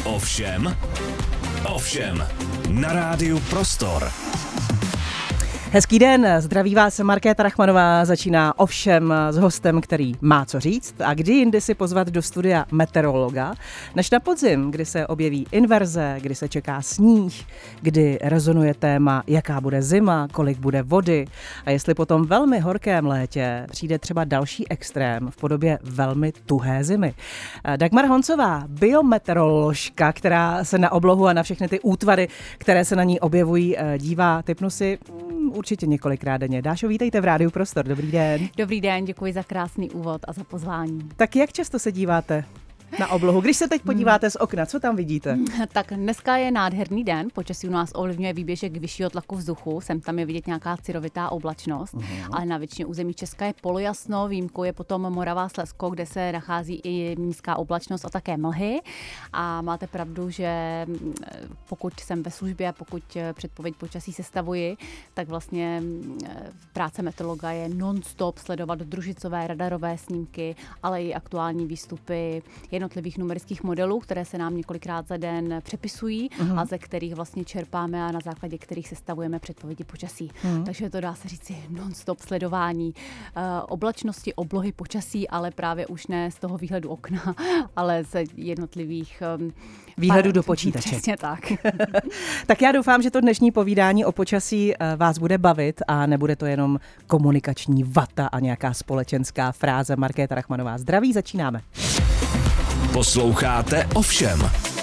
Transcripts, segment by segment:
Ovšem, na rádiu Prostor. Hezký den, zdraví vás Markéta Rachmanová, začíná Ovšem s hostem, který má co říct a kdy jindy si pozvat do studia meteorologa, než na podzim, kdy se objeví inverze, kdy se čeká sníh, kdy rezonuje téma, jaká bude zima, kolik bude vody a jestli po tom velmi horkém létě přijde třeba další extrém v podobě velmi tuhé zimy. Dagmar Honcová, biometeoroložka, která se na oblohu a na všechny ty útvary, které se na ní objevují, dívá, tipnu si určitě několikrát denně. Dášo, vítejte v Rádiu Prostor. Dobrý den. Dobrý den, děkuji za krásný úvod a za pozvání. Tak jak často se díváte na oblohu? Když se teď podíváte z okna, co tam vidíte? Tak dneska je nádherný den, počasí u nás ovlivňuje výběžek vyššího tlaku vzduchu, sem tam je vidět nějaká cirovitá oblačnost, ale na většině území Česka je polojasno, výjimkou je potom Morava, Slezsko, kde se nachází i nízká oblačnost a také mlhy. A máte pravdu, že pokud jsem ve službě a pokud předpověď počasí sestavuji, tak vlastně práce meteorologa je non-stop sledovat družicové radarové snímky, ale i aktuální výstupy jednotlivých numerických modelů, které se nám několikrát za den přepisují a ze kterých vlastně čerpáme a na základě kterých sestavujeme předpovědi počasí. Takže to dá se říci non-stop sledování oblačnosti, oblohy, počasí, ale právě už ne z toho výhledu okna, ale z jednotlivých výhledu do počítače. Přesně tak. Tak já doufám, že to dnešní povídání o počasí vás bude bavit a nebude to jenom komunikační vata a nějaká společenská fráze. Markéta Rachmanová, zdraví, začínáme. Posloucháte Ovšem.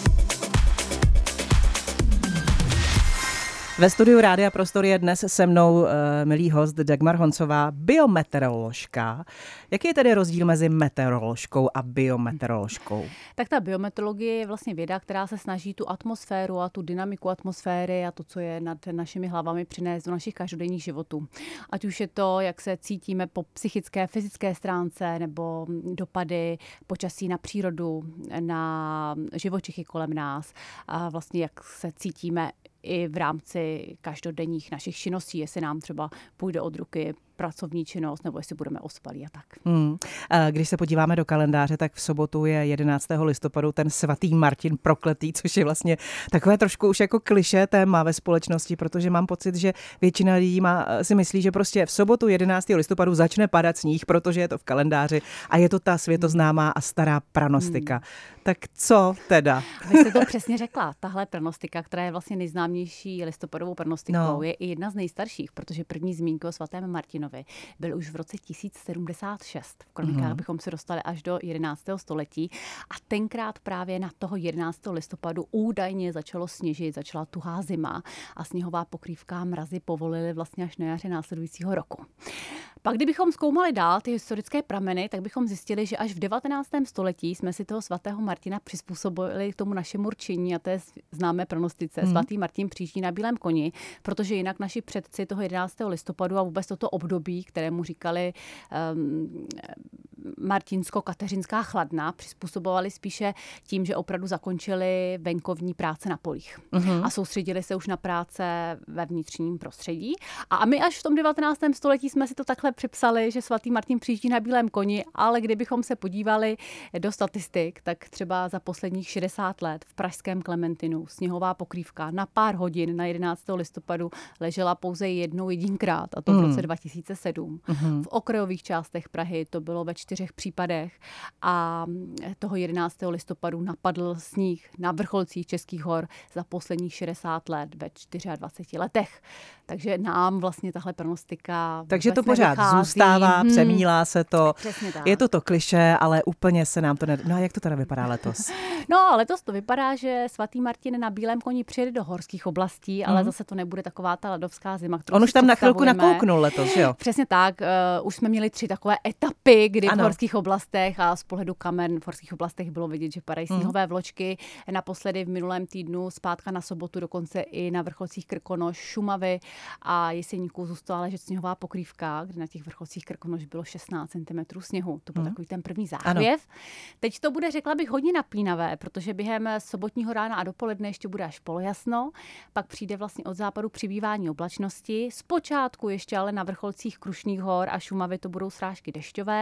Ve studiu Rádia Prostor je dnes se mnou milý host Dagmar Honcová, biometeoroložka. Jaký je tedy rozdíl mezi meteoroložkou a biometeoroložkou? Tak ta biometeorologie je vlastně věda, která se snaží tu atmosféru a tu dynamiku atmosféry a to, co je nad našimi hlavami, přinést do našich každodenních životů. Ať už je to, jak se cítíme po psychické, fyzické stránce, nebo dopady počasí na přírodu, na živočichy kolem nás a vlastně jak se cítíme i v rámci každodenních našich činností, jestli nám třeba půjde od ruky pracovní činnost, nebo jestli budeme ospalí a tak. Když se podíváme do kalendáře, tak v sobotu je 11. listopadu ten svatý Martin prokletý, což je vlastně takové trošku už jako klišé téma ve společnosti, protože mám pocit, že většina lidí si myslí, že prostě v sobotu 11. listopadu začne padat sníh, protože je to v kalendáři a je to ta světoznámá a stará pranostika. Tak co teda? Vy jste to přesně řekla. Tahle pranostika, která je vlastně nejznámější listopadovou pranostikou, je i jedna z nejstarších, protože první zmínky o svatém Martinovi byl už v roce 1076. V kronikách bychom se dostali až do 11. století a tenkrát právě na toho 11. listopadu údajně začalo sněžit, začala tuhá zima a sněhová pokrývka mrazy povolily vlastně až na jaře následujícího roku. Pak kdybychom zkoumali dál ty historické prameny, tak bychom zjistili, že až v 19. století jsme si toho svatého Martina přizpůsobili k tomu našemu rčení a té známé pranostice. Svatý Martin přijíždí na bílém koni, protože jinak naši předci toho 11. listopadu a vůbec toto období, kterému říkali martinsko-kateřinská chladna, přizpůsobovali spíše tím, že opravdu zakončili venkovní práce na polích a soustředili se už na práce ve vnitřním prostředí. A my až v tom 19. století jsme si to takhle připsali, že svatý Martin přijíždí na bílém koni, ale kdybychom se podívali do statistik, tak třeba za posledních 60 let v pražském Klementinu sněhová pokrývka na pár hodin na 11. listopadu ležela pouze jedinkrát, a to v roce 2007. V okrajových částech Prahy to bylo ve 4 případech a toho 11. listopadu napadl sníh na vrcholcích Českých hor za posledních 60 let ve 24 letech. Takže nám vlastně tahle pronostika takže to pořád zůstává, přemílá se to. Je to klišé, ale úplně se nám to No a jak to teda vypadá letos? No, letos to vypadá, že svatý Martin na bílém koni přijede do horských oblastí, ale zase to nebude taková ta ledovská zima, kterou on už tam na chvilku nakouknul letos, že jo? Přesně tak. Už jsme měli 3 takové etapy, kdy v horských oblastech a z pohledu kamen v horských oblastech bylo vidět, že padají sněhové vločky. Naposledy v minulém týdnu, zpátka na sobotu, dokonce i na vrcholcích Krkonoš, Šumavy a Jeseníků zůstala ležet sněhová pokrývka, kde na těch vrcholcích Krkonoš bylo 16 cm sněhu. To byl takový ten první záchvěv. Teď to bude, řekla bych, hodně napínavé, protože během sobotního rána a dopoledne ještě bude až polojasno, pak přijde vlastně od západu přibývání oblačnosti. Zpočátku ještě ale na vrcholcích Krušných hor a Šumavy to budou srážky dešťové a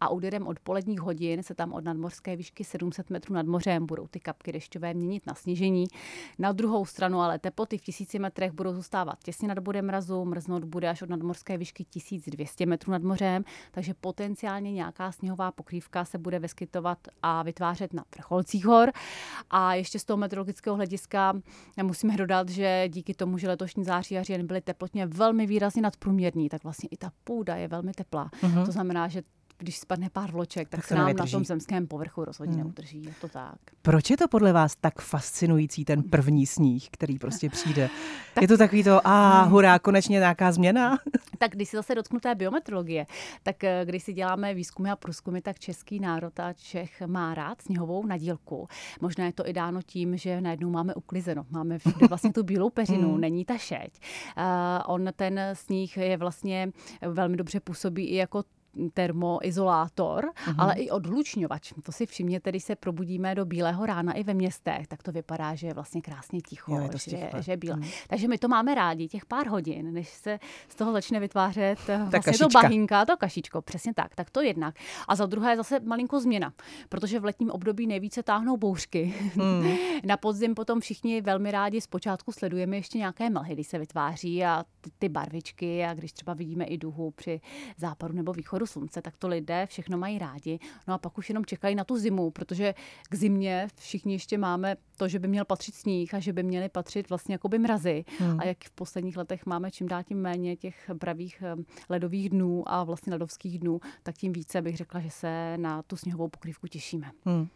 a úderem odpoledních hodin se tam od nadmořské výšky 700 metrů nad mořem budou ty kapky dešťové měnit na sněžení. Na druhou stranu ale teploty v 1000 metrech budou zůstávat těsně nad bodem mrazu, mrznout bude až od nadmořské výšky 1200 metrů nad mořem, takže potenciálně nějaká sněhová pokrývka se bude vyskytovat a vytvářet na vrcholcích hor. A ještě z toho meteorologického hlediska musíme dodat, že díky tomu, že letošní září a říjen byly teplotně velmi výrazně nadprůměrní, tak vlastně i ta půda je velmi teplá. To znamená, že když spadne pár vloček, tak se nám na tom zemském povrchu rozhodně neudrží. Je to tak. Proč je to podle vás tak fascinující ten první sníh, který prostě přijde? Je to takový to, hurá, konečně nějaká změna? Tak když si zase dotknu té biometrologie, tak když si děláme výzkumy a průzkumy, tak český národ a Čech má rád sněhovou nadílku. Možná je to i dáno tím, že najednou máme uklizeno. Máme vlastně tu bílou peřinu, není ta šeť. On ten sníh je vlastně velmi dobře působí i jako termoizolátor, ale i odhlučňovač. To si všimněte, když se probudíme do bílého rána i ve městech, tak to vypadá, že je vlastně krásně ticho, že je bílé. Takže my to máme rádi, těch pár hodin, než se z toho začne vytvářet vlastně to bahínka, to kašičko, přesně tak. Tak to jednak. A za druhé zase malinko změna, protože v letním období nejvíce táhnou bouřky. Na podzim potom všichni velmi rádi zpočátku sledujeme ještě nějaké mlhy, když se vytváří a ty barvičky a když třeba vidíme i duhu při západu nebo východu slunce, tak to lidé všechno mají rádi. No a pak už jenom čekají na tu zimu, protože k zimě všichni ještě máme to, že by měl patřit sníh a že by měly patřit vlastně jakoby mrazy. A jak v posledních letech máme čím dál tím méně těch pravých ledových dnů a vlastně ledovských dnů, tak tím více bych řekla, že se na tu sněhovou pokrývku těšíme.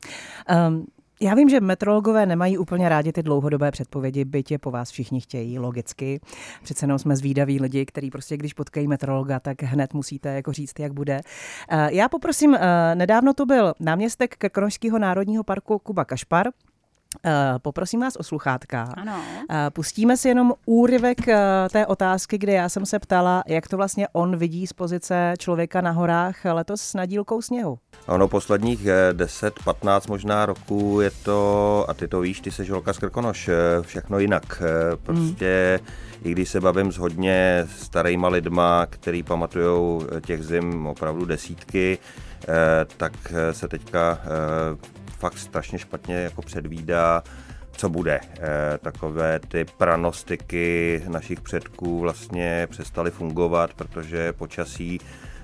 Já vím, že meteorologové nemají úplně rádi ty dlouhodobé předpovědi, byť je po vás všichni chtějí, logicky. Přece jenom jsme zvídaví lidi, kteří prostě, když potkají meteorologa, tak hned musíte jako říct, jak bude. Já poprosím, nedávno to byl náměstek Krkonošského národního parku Kuba Kašpar. Poprosím vás o sluchátka. Ano. Pustíme si jenom úryvek té otázky, kde já jsem se ptala, jak to vlastně on vidí z pozice člověka na horách letos s nadílkou sněhu. Ono posledních 10-15 možná roků je to, a ty to víš, ty seš holka z Krkonoš, všechno jinak. Prostě i když se bavím s hodně starýma lidma, který pamatujou těch zim opravdu desítky, tak se teďka fakt strašně špatně jako předvídá, co bude. Takové ty pranostiky našich předků vlastně přestaly fungovat, protože počasí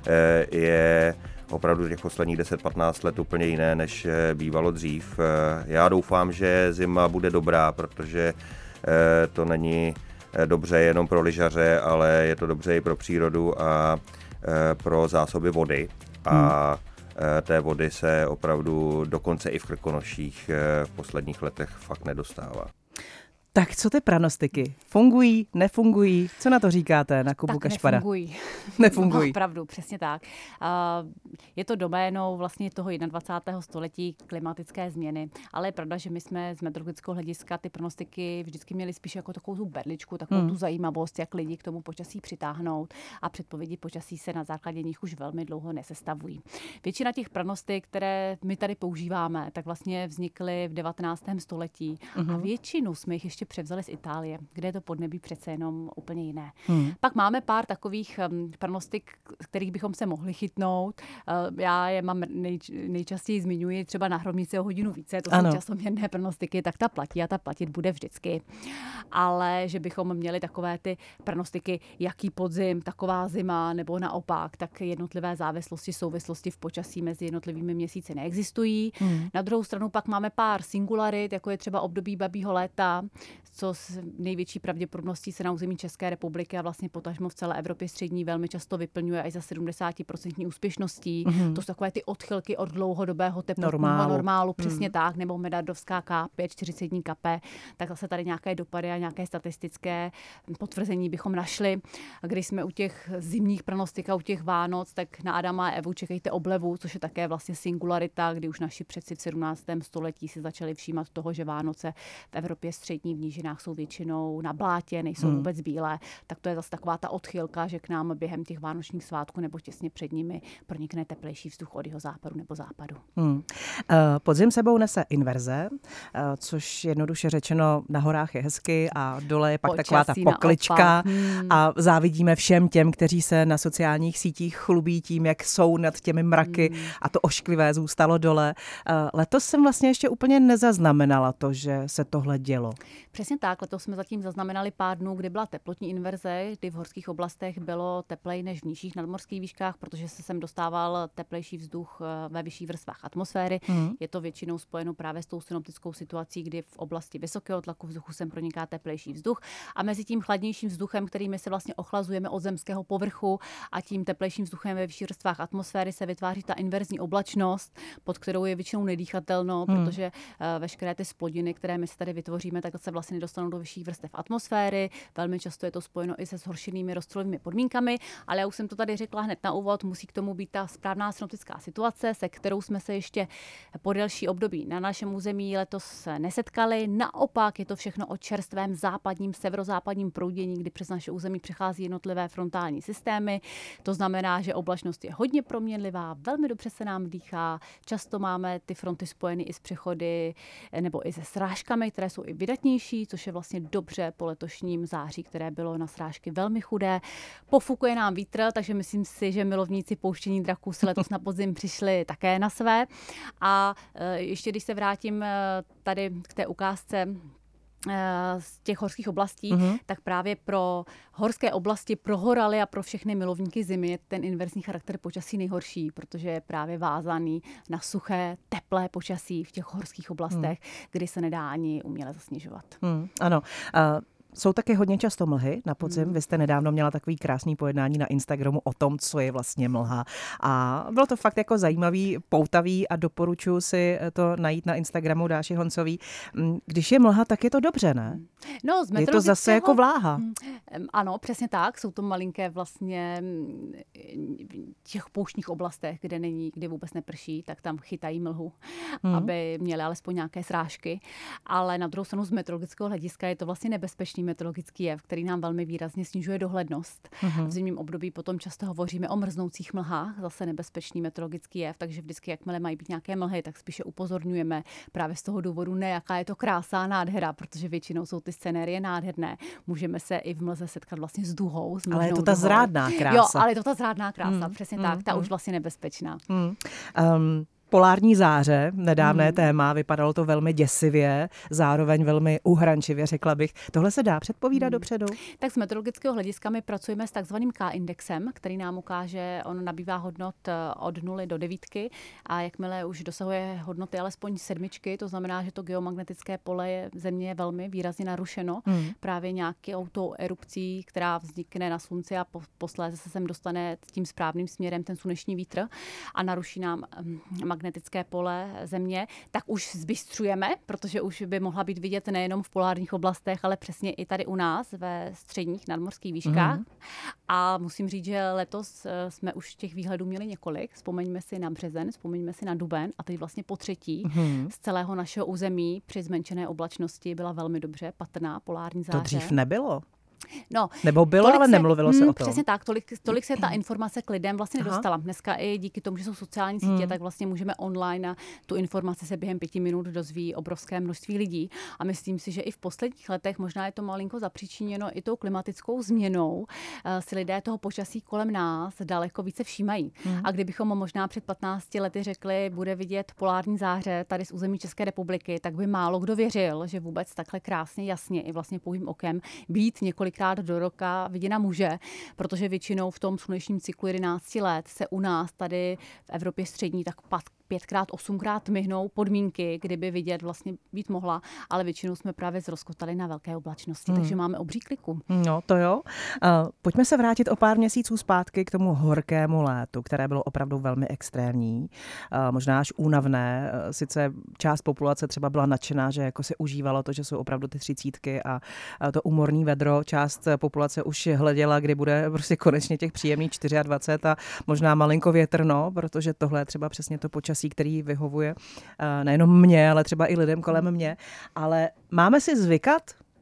je opravdu těch posledních 10-15 let úplně jiné, než bývalo dřív. Já doufám, že zima bude dobrá, protože to není dobře jenom pro lyžaře, ale je to dobře i pro přírodu a pro zásoby vody. A té vody se opravdu dokonce i v Krkonoších v posledních letech fakt nedostává. Tak co ty pranostiky? Fungují, nefungují? Co na to říkáte, na Kubu Kašpara? Nefungují. Nefungují. No, opravdu, přesně tak. Je to doménou vlastně toho 21. století klimatické změny, ale je pravda, že my jsme z meteorologického hlediska ty pronostiky vždycky měli spíš jako takovou tu berličku, takovou tu zajímavost, jak lidi k tomu počasí přitáhnout a předpovědi počasí se na základě nich už velmi dlouho nesestavují. Většina těch pronostik, které my tady používáme, tak vlastně vznikly v 19. století a většinu jsme jich ještě převzali z Itálie, kde je to podnebí přece jenom úplně jiné. Pak máme pár takových pronostik, kterých bychom se mohli chytnout. Já je mám nejčastěji zmiňuji třeba na hromnici o hodinu více, to jsou časoměrné pronostiky, tak ta platí a ta platit bude vždycky. Ale že bychom měli takové ty pronostiky, jaký podzim, taková zima, nebo naopak, tak jednotlivé závislosti, souvislosti v počasí mezi jednotlivými měsíci neexistují. Na druhou stranu pak máme pár singularit, jako je třeba období babího léta, co s největší pravděpodobností se na území České republiky a vlastně potažmo v celé Evropě střední velmi často vyplňuje až za 70% úspěšností. To jsou takové ty odchylky od dlouhodobého teplotního normálu, přesně tak, nebo medardovská K5, 40 dní kape, tak zase tady nějaké dopady a nějaké statistické potvrzení bychom našli. A když jsme u těch zimních pronostik a u těch Vánoc, tak na Adama a Evu čekejte oblevu, což je také vlastně singularita, kdy už naši předci v 17. století si začali všímat toho, že Vánoce v Evropě střední nížinách jsou většinou na blátě, nejsou vůbec bílé, tak to je zase taková ta odchylka, že k nám během těch vánočních svátků nebo těsně před nimi pronikne teplejší vzduch od jeho západu nebo západu. Podzim sebou nese inverze, což jednoduše řečeno na horách je hezky a dole je pak Počasí taková ta poklička a závidíme všem těm, kteří se na sociálních sítích chlubí tím, jak jsou nad těmi mraky a to ošklivé zůstalo dole. Letos jsem vlastně ještě úplně nezaznamenala to, že se tohle dělo. Přesně tak, letos jsme zatím zaznamenali pár dnů, kdy byla teplotní inverze, kdy v horských oblastech bylo teplej než v nižších nadmořských výškách, protože se sem dostával teplejší vzduch ve vyšších vrstvách atmosféry. Je to většinou spojeno právě s tou synoptickou situací, kdy v oblasti vysokého tlaku vzduchu sem proniká teplejší vzduch a mezi tím chladnějším vzduchem, který my se vlastně ochlazujeme od zemského povrchu a tím teplejším vzduchem ve vyšších vrstvách atmosféry se vytváří ta inverzní oblačnost, pod kterou je většinou nedýchatelno, protože veškeré ty splodiny, které my si tady vytvoříme, tak se vlastně nedostanou do vyšších vrstev atmosféry. Velmi často je to spojeno i se zhoršenými rozstřelovými podmínkami, ale já už jsem to tady řekla hned na úvod, musí k tomu být ta správná synoptická situace, se kterou jsme se ještě po delší období na našem území letos nesetkali. Naopak je to všechno o čerstvém západním, severozápadním proudění, kdy přes naše území přechází jednotlivé frontální systémy. To znamená, že oblačnost je hodně proměnlivá, velmi dobře se nám dýchá. Často máme ty fronty spojeny i s přechody nebo i se srážkami, které jsou i vydatnější, což je vlastně dobře po letošním září, které bylo na srážky velmi chudé. Pofukuje nám vítr, takže myslím si, že milovníci pouštění draků si letos na podzim přišli také na své. A ještě když se vrátím tady k té ukázce z těch horských oblastí, tak právě pro horské oblasti, pro horaly a pro všechny milovníky zimy je ten inverzní charakter počasí nejhorší, protože je právě vázaný na suché, teplé počasí v těch horských oblastech, kdy se nedá ani uměle zasněžovat. Ano. Jsou taky hodně často mlhy na podzim. Vy jste nedávno měla takový krásný pojednání na Instagramu o tom, co je vlastně mlha. A bylo to fakt jako zajímavý, poutavý a doporučuji si to najít na Instagramu Dáši Honcový. Když je mlha, tak je to dobře, ne? No, je to zase jako vláha. Ano, přesně tak. Jsou to malinké vlastně v těch pouštních oblastech, kde vůbec neprší, tak tam chytají mlhu, aby měly alespoň nějaké srážky. Ale na druhou stranu z meteorologického hlediska je to vlastně nebezpečný meteorologický jev, který nám velmi výrazně snižuje dohlednost. V zimním období potom často hovoříme o mrznoucích mlhách, zase nebezpečný meteorologický jev, takže vždycky, jakmile mají být nějaké mlhy, tak spíše upozorňujeme právě z toho důvodu, ne jaká je to krása a nádhera, protože většinou jsou ty scenérie nádherné. Můžeme se i v mlze setkat vlastně s duhou. Ale je to ta zrádná krása. Jo, ale je to ta zrádná krása, přesně tak, ta už vlastně nebezpečná. Polární záře, nedávné téma, vypadalo to velmi děsivě, zároveň velmi uhrančivě, řekla bych. Tohle se dá předpovídat dopředu? Tak z meteorologického hlediska my pracujeme s takzvaným K-indexem, který nám ukáže, on nabývá hodnot od 0 do 9 a jakmile už dosahuje hodnoty alespoň 7, to znamená, že to geomagnetické pole Země je velmi výrazně narušeno. Právě nějakou tou erupcí, která vznikne na slunci a posléze se sem dostane tím správným směrem ten sluneční vítr a naruší nám magnetické pole Země, tak už zbystřujeme, protože už by mohla být vidět nejenom v polárních oblastech, ale přesně i tady u nás ve středních nadmořských výškách. A musím říct, že letos jsme už těch výhledů měli několik. Vzpomeňme si na březen, vzpomeňme si na duben a teď vlastně po třetí z celého našeho území při zmenšené oblačnosti byla velmi dobře patrná polární záře. To dřív nebylo. No, nebo bylo, ale nemluvilo se o tom. Přesně tak, tolik se ta informace k lidem vlastně nedostala. Dneska i díky tomu, že jsou sociální sítě, tak vlastně můžeme online a tu informaci se během 5 minut dozví obrovské množství lidí. A myslím si, že i v posledních letech, možná je to malinko zapříčiněno i tou klimatickou změnou, si lidé toho počasí kolem nás daleko více všímají. A kdybychom možná před 15 lety řekli, bude vidět polární záře tady z území České republiky, tak by málo kdo věřil, že vůbec takhle krásně, jasně i vlastně pouhým okem být několikrát do roka viděna může, protože většinou v tom slunečním cyklu 11 let se u nás tady v Evropě střední tak 5krát, 8krát myhnou podmínky, kdyby vidět vlastně být mohla, ale většinou jsme právě zrozkotali na velké oblačnosti, takže máme obří kliku. No to jo. Pojďme se vrátit o pár měsíců zpátky k tomu horkému létu, které bylo opravdu velmi extrémní, možná až únavné. Sice část populace třeba byla nadšená, že jako se užívalo to, že jsou opravdu ty 30 a to úmorný vedro. Část populace už hleděla, kdy bude prostě konečně těch příjemných 24 a možná malinko větrno, protože tohle je třeba přesně to počasí, který vyhovuje nejenom mě, ale třeba i lidem kolem mě. Ale máme si zvykat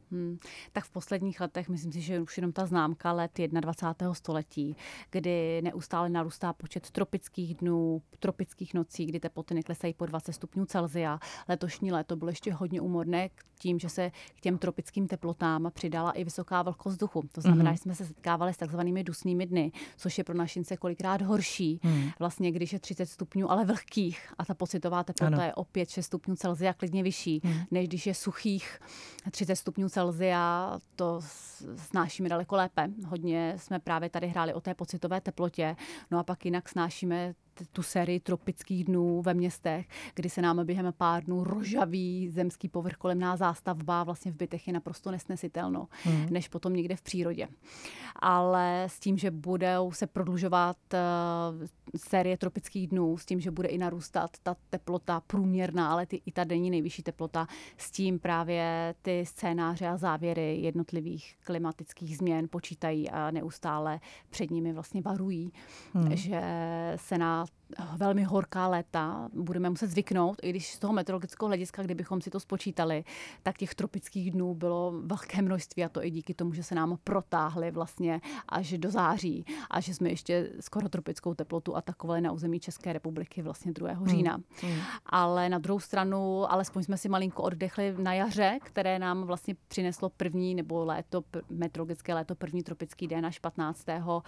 Tak v posledních letech, myslím si, že už jenom ta známka let 21. století, kdy neustále narůstá počet tropických dnů, tropických nocí, kdy teploty neklesají po 20 stupňů Celsia. Letošní léto bylo ještě hodně úmorné tím, že se k těm tropickým teplotám přidala i vysoká vlhkost vzduchu. To znamená, že jsme se setkávali s takzvanými dusnými dny, což je pro našince kolikrát horší. Vlastně, když je 30 stupňů, ale vlhkých a ta pocitová teplota je o 5-6 stupňů Celsia klidně vyšší, než když je suchých 30 stupňů Celsia, to snášíme daleko lépe. Hodně jsme právě tady hráli o té pocitové teplotě, no a pak jinak snášíme tu sérii tropických dnů ve městech, kdy se nám během pár dnů rozžaví zemský povrch kolem nás zástavba, vlastně v bytech je naprosto nesnesitelno, než potom někde v přírodě. Ale s tím, že budou se prodlužovat série tropických dnů, s tím, že bude i narůstat ta teplota průměrná, ale i ta denní nejvyšší teplota, s tím právě ty scénáře a závěry jednotlivých klimatických změn počítají a neustále před nimi vlastně varují, že se na velmi horká léta budeme muset zvyknout, i když z toho meteorologického hlediska, kdybychom si to spočítali, tak těch tropických dnů bylo velké množství a to i díky tomu, že se nám protáhly vlastně až do září a že jsme ještě skoro tropickou teplotu atakovali na území České republiky vlastně 2. října. Ale na druhou stranu, alespoň jsme si malinko oddechli na jaře, které nám vlastně přineslo první nebo meteorologické léto, první tropický den až 15.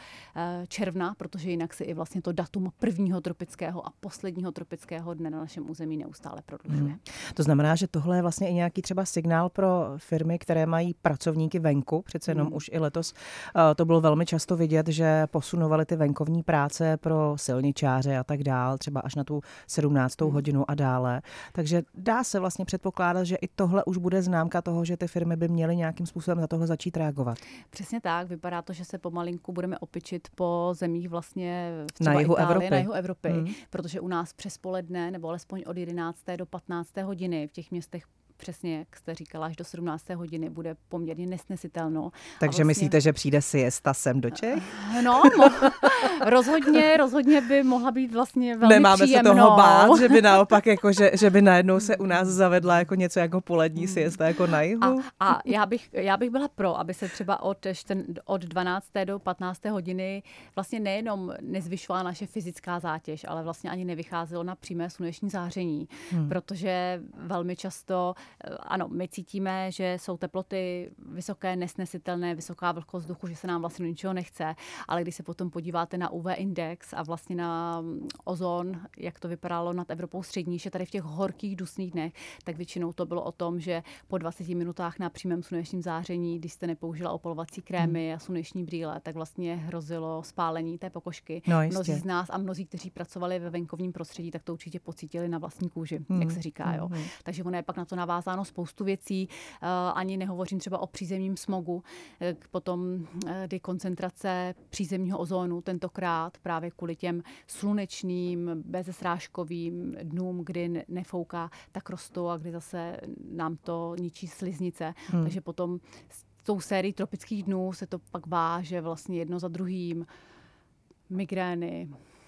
června, protože jinak si i vlastně to datum prvního tropického a posledního tropického dne na našem území neustále prodlužuje. To znamená, že tohle je vlastně i nějaký třeba signál pro firmy, které mají pracovníky venku. Přece jenom už i letos to bylo velmi často vidět, že posunovali ty venkovní práce pro silničáře a tak dál, třeba až na tu 17. hodinu a dále. Takže dá se vlastně předpokládat, že i tohle už bude známka toho, že ty firmy by měly nějakým způsobem na tohle začít reagovat. Přesně tak, vypadá to, že se pomalinku budeme opičit po zemích vlastně na jihu Evropy. Protože u nás přes poledne, nebo alespoň od 11. do 15. hodiny v těch městech přesně, jak jste říkala, až do 17. hodiny bude poměrně nesnesitelno. Takže vlastně myslíte, že přijde siesta sem do Čech? No, rozhodně by mohla být vlastně velmi Nemáme příjemnou. se toho bát, že by naopak, jako, že by najednou se u nás zavedla jako něco jako polední siesta jako na jihu? A já bych byla pro, aby se třeba od 12. do 15. hodiny vlastně nejenom nezvyšovala naše fyzická zátěž, ale vlastně ani nevycházelo na přímé sluneční záření, protože velmi často ano, my cítíme, že jsou teploty vysoké, nesnesitelné, vysoká vlhkost vzduchu, že se nám vlastně ničeho nechce, ale když se potom podíváte na UV index a vlastně na ozon, jak to vypadalo nad Evropou střední, že tady v těch horkých dusných dnech, tak většinou to bylo o tom, že po 20 minutách na přímém slunečním záření, když jste nepoužila opalovací krémy a sluneční brýle, tak vlastně hrozilo spálení té pokožky. No, mnozí z nás a mnozí, kteří pracovali ve venkovním prostředí, tak to určitě pocítili na vlastní kůži, jak se říká. Jo. Takže ono je pak na to navázáno spoustu věcí. Ani nehovořím třeba o přízemním smogu, potom kdy koncentrace přízemního ozónu tentokrát právě kvůli těm slunečným, bezesrážkovým dnům, kdy nefouká, tak rostou a kdy zase nám to ničí sliznice. Takže potom s tou sérií tropických dnů se to pak váže vlastně jedno za druhým. Migrény,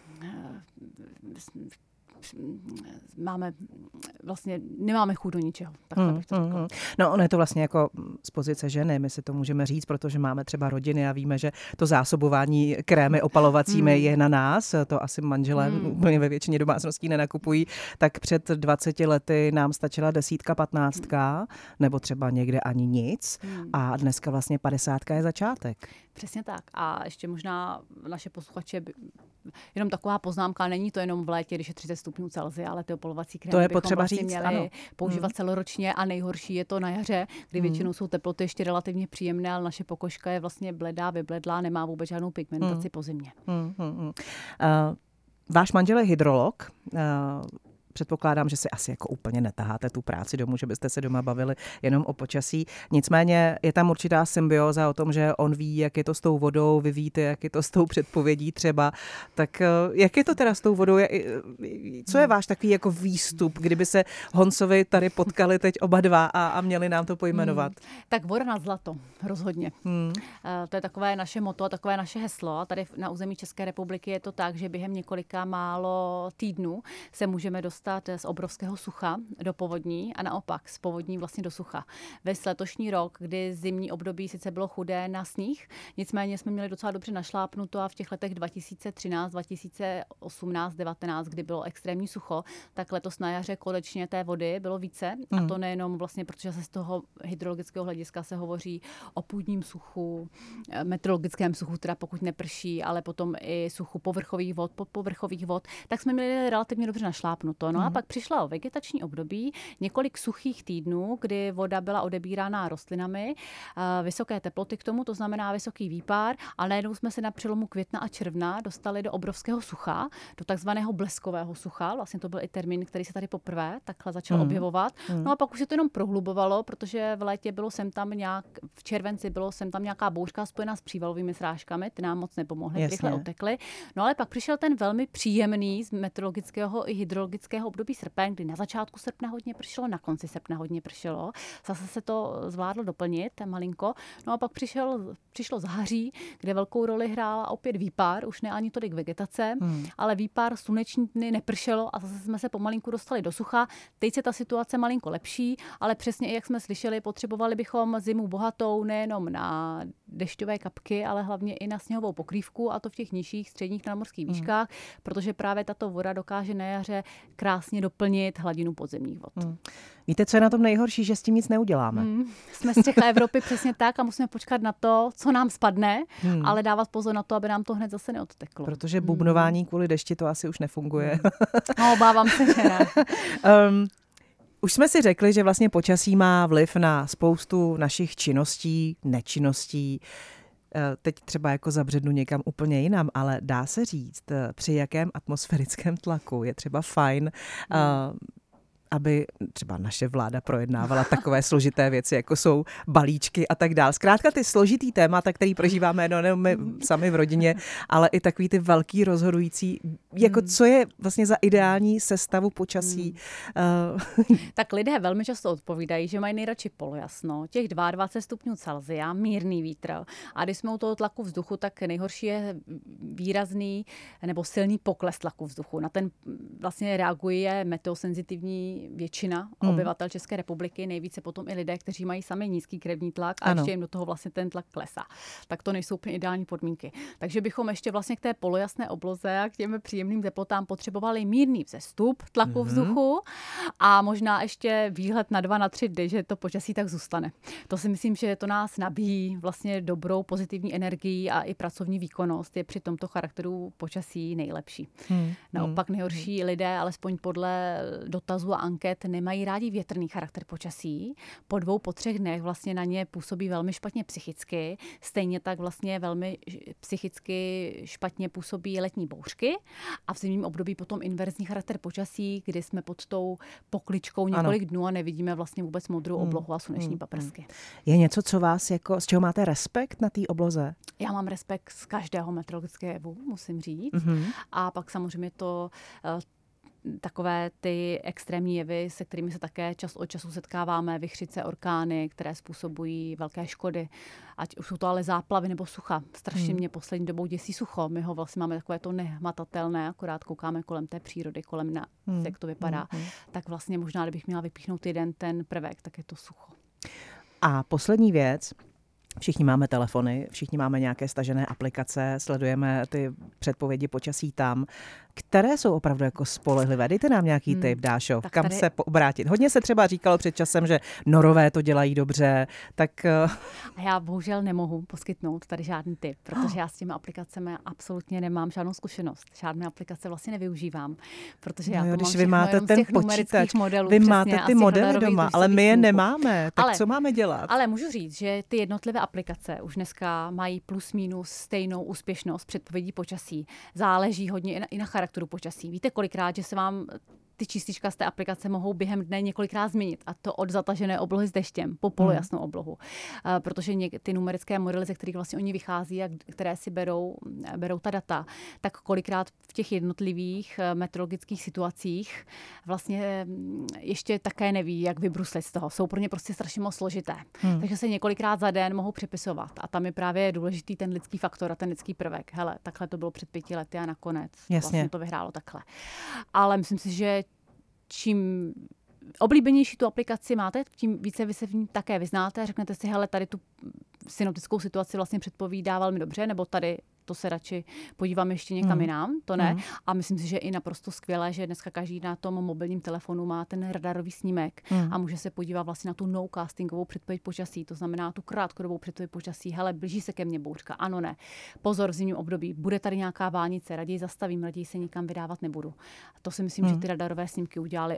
nemáme chuť do ničeho. Tak bych to řekla. No, ono je to vlastně jako z pozice ženy, my si to můžeme říct, protože máme třeba rodiny a víme, že to zásobování krémy opalovacími je na nás, to asi manželé úplně ve většině domácností nenakupují, tak před 20 lety nám stačila 10, 15, nebo třeba někde ani nic a dneska vlastně 50 je začátek. Přesně tak. A ještě možná naše posluchače, jenom taková poznámka, není to jenom v létě, když je 30 stupňů Celsia, ale ty opalovací krémy to je bychom potřeba vlastně říct, měli ano. používat celoročně a nejhorší je to na jaře, kdy většinou jsou teploty ještě relativně příjemné, ale naše pokožka je vlastně bledá, vybledlá, nemá vůbec žádnou pigmentaci po zimě. Váš manžel je hydrolog. Předpokládám, že si asi jako úplně netaháte tu práci domů, že byste se doma bavili jenom o počasí. Nicméně je tam určitá symbioza o tom, že on ví, jak je to s tou vodou, vy víte, jak je to s tou předpovědí třeba. Tak jak je to teda s tou vodou? Co je váš takový jako výstup, kdyby se Honcovi tady potkali teď oba dva a měli nám to pojmenovat? Tak voda nad zlato, rozhodně. To je takové naše motto, takové naše heslo. A tady na území České republiky je to tak, že během několika málo týdnů se můžeme dostat dostat z obrovského sucha do povodní a naopak z povodní vlastně do sucha. Ves letošní rok, kdy zimní období sice bylo chudé na sníh, nicméně jsme měli docela dobře našlápnuto a v těch letech 2013, 2018, 2019, kdy bylo extrémní sucho, tak letos na jaře konečně té vody bylo více. A to nejenom vlastně, protože se z toho hydrologického hlediska se hovoří o půdním suchu, meteorologickém suchu, teda pokud neprší, ale potom i suchu povrchových vod, podpovrchových vod, tak jsme měli relativně dobře našlápnuto. No a pak přišlo vegetační období, několik suchých týdnů, kdy voda byla odebírána rostlinami, vysoké teploty k tomu, to znamená vysoký výpár, a najednou jsme se na přelomu května a června dostali do obrovského sucha, do takzvaného bleskového sucha. Vlastně to byl i termín, který se tady poprvé takhle začal objevovat. No a pak už se to jenom prohlubovalo, protože v létě bylo sem tam v červenci bylo sem tam nějaká bouřka spojená s přívalovými srážkami, ty nám moc nepomohly, rychle utekly. No ale pak přišel ten velmi příjemný z meteorologického i hydrologického období srpen, kdy na začátku srpna hodně pršelo, na konci srpna hodně pršelo. Zase se to zvládlo doplnit malinko. No a pak přišlo září, kde velkou roli hrála opět výpár, už ne ani tolik vegetace, ale výpár, sluneční dny, nepršelo a zase jsme se pomalinku dostali do sucha. Teď se ta situace malinko lepší, ale přesně i jak jsme slyšeli, potřebovali bychom zimu bohatou nejenom na dešťové kapky, ale hlavně i na sněhovou pokrývku, a to v těch nižších středních nadmořských výškách, protože právě tato voda dokáže na jaře krásně doplnit hladinu podzemních vod. Víte, co je na tom nejhorší, že s tím nic neuděláme? Jsme z Čech a Evropy přesně tak a musíme počkat na to, co nám spadne, ale dávat pozor na to, aby nám to hned zase neodteklo. Protože bubnování kvůli dešti to asi už nefunguje. No, obávám se, že ne. Už jsme si řekli, že vlastně počasí má vliv na spoustu našich činností, nečinností. Teď třeba jako zabřednu někam úplně jinam, ale dá se říct, při jakém atmosférickém tlaku je třeba fajn, aby třeba naše vláda projednávala takové složité věci, jako jsou balíčky a tak dál. Zkrátka ty složitý témata, který prožíváme nejen my sami v rodině, ale i takový ty velký rozhodující, jako co je vlastně za ideální sestavu počasí. Tak lidé velmi často odpovídají, že mají nejradši polojasno, těch 22 stupňů Celsia, mírný vítr. A když jsme u toho tlaku vzduchu, tak nejhorší je výrazný nebo silný pokles tlaku vzduchu. Na ten vlastně reaguje meteosenzitivní většina obyvatel České republiky, nejvíce potom i lidé, kteří mají sami nízký krevní tlak a ještě jim do toho vlastně ten tlak klesá. Tak to nejsou úplně ideální podmínky. Takže bychom ještě vlastně k té polojasné obloze a k těm příjemným teplotám potřebovali mírný vzestup tlaku vzduchu a možná ještě výhled na 2 na 3 dny, že to počasí tak zůstane. To si myslím, že to nás nabíjí vlastně dobrou pozitivní energii a i pracovní výkonnost je při tomto charakteru počasí nejlepší. Naopak nejhorší lidé, alespoň podle dotazů a anket, nemají rádi větrný charakter počasí. Po 2, po 3 dnech vlastně na ně působí velmi špatně psychicky. Stejně tak vlastně velmi psychicky špatně působí letní bouřky a v zimním období potom inverzní charakter počasí, kdy jsme pod tou pokličkou několik dnů a nevidíme vlastně vůbec modrou oblohu a sluneční paprsky. Je něco, co vás jako, z čeho máte respekt na té obloze? Já mám respekt z každého meteorologického jevu, musím říct. A pak samozřejmě to takové ty extrémní jevy, se kterými se také čas od času setkáváme, vichřice, orkány, které způsobují velké škody. Ať už jsou to ale záplavy nebo sucha. Strašně mě poslední dobou děsí sucho. My ho vlastně máme takové to nehmatatelné, akorát koukáme kolem té přírody, kolem nás, jak to vypadá. Tak vlastně možná, kdybych měla vypíchnout jeden ten prvek, tak je to sucho. A poslední věc. Všichni máme telefony, všichni máme nějaké stažené aplikace, sledujeme ty předpovědi počasí tam. Které jsou opravdu jako spolehlivé? Dejte nám nějaký tip, Dášo, tak kam se obrátit. Hodně se třeba říkalo před časem, že Norové to dělají dobře, tak... A já bohužel nemohu poskytnout tady žádný tip, protože já s těmi aplikacemi absolutně nemám žádnou zkušenost. Žádné aplikace vlastně nevyužívám, protože já to když mám vy máte z ten těch počítač, modelů, vy přesně, máte ty modely doma, ale my je nemáme, tak ale, co máme dělat? Ale můžu říct, že ty jednotlivé aplikace už dneska mají plus minus stejnou úspěšnost předpovědí počasí. Záleží hodně i na charakteru počasí. Víte kolikrát, že se vám ty číslička z té aplikace mohou během dne několikrát změnit. A to od zatažené oblohy s deštěm po polojasnou oblohu. Protože ty numerické modely, ze kterých vlastně oni vychází a které si berou ta data, tak kolikrát v těch jednotlivých meteorologických situacích vlastně ještě také neví, jak vybruslit z toho. Jsou pro ně prostě strašně moc složité. Takže se několikrát za den mohou přepisovat. A tam je právě důležitý ten lidský faktor a ten lidský prvek. Hele, takhle to bylo před 5 lety a nakonec vlastně to vyhrálo takhle. Ale myslím si, že čím oblíbenější tu aplikaci máte, tím více vy se v ní také vyznáte a řeknete si, hele, tady tu synoptickou situaci vlastně předpovídá velmi dobře, nebo tady to se radši podívám ještě někam jinam, to ne. A myslím si, že je i naprosto skvělé, že dneska každý na tom mobilním telefonu má ten radarový snímek a může se podívat vlastně na tu no-castingovou předpověď počasí, to znamená tu krátkodobou předpověď počasí. Hele, blíží se ke mně bouřka, ano, ne. Pozor, v zimním období, bude tady nějaká vánice, raději zastavím, raději se nikam vydávat nebudu. A to si myslím, že ty radarové snímky udělaly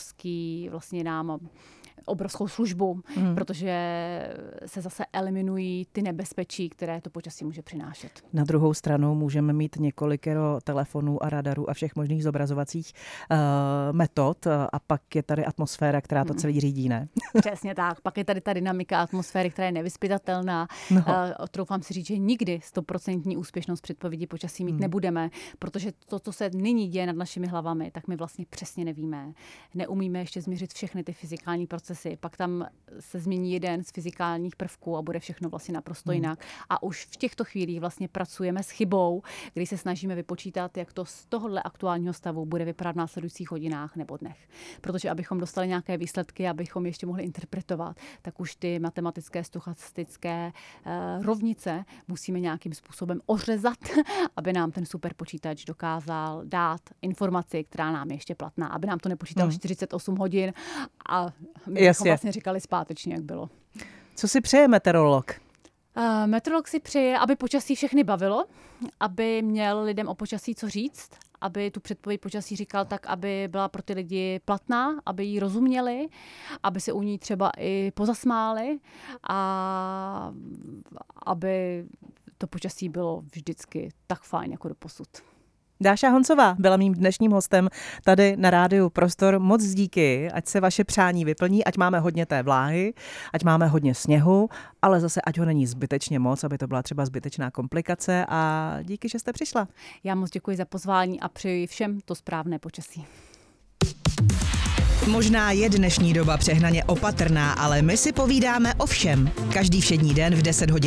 obrovskou službu, protože se zase eliminují ty nebezpečí, které to počasí může přinášet. Na druhou stranu můžeme mít několikero telefonů a radarů a všech možných zobrazovacích metod a pak je tady atmosféra, která to celý řídí, ne? Přesně tak. Pak je tady ta dynamika atmosféry, která je nevyzpytatelná. Troufám si říct, že nikdy 100% úspěšnost předpovědi počasí mít nebudeme, protože to, co se nyní děje nad našimi hlavami, tak my vlastně přesně nevíme. Neumíme ještě změřit všechny ty fyzikální procesy. Pak tam se změní jeden z fyzikálních prvků a bude všechno vlastně naprosto jinak. A už v těchto chvílích vlastně pracujeme s chybou, kdy se snažíme vypočítat, jak to z tohohle aktuálního stavu bude vypadat v následujících hodinách nebo dnech. Protože abychom dostali nějaké výsledky, abychom ještě mohli interpretovat, tak už ty matematické, stochastické rovnice musíme nějakým způsobem ořezat, aby nám ten superpočítač dokázal dát informaci, která nám je ještě platná, aby nám to nepočítal 48 hodin a my bychom vlastně říkali zpátečně, jak bylo. Co si přeje meteorolog? Meteorolog si přeje, aby počasí všechny bavilo, aby měl lidem o počasí co říct, aby tu předpověď počasí říkal tak, aby byla pro ty lidi platná, aby jí rozuměli, aby se u ní třeba i pozasmáli a aby to počasí bylo vždycky tak fajn jako doposud. Dáša Honcová byla mým dnešním hostem tady na Rádiu Prostor. Moc díky, ať se vaše přání vyplní, ať máme hodně té vláhy, ať máme hodně sněhu, ale zase ať ho není zbytečně moc, aby to byla třeba zbytečná komplikace a díky, že jste přišla. Já moc děkuji za pozvání a přeji všem to správné počasí. Možná je dnešní doba přehnaně opatrná, ale my si povídáme o všem. Každý všední den v 10 hodin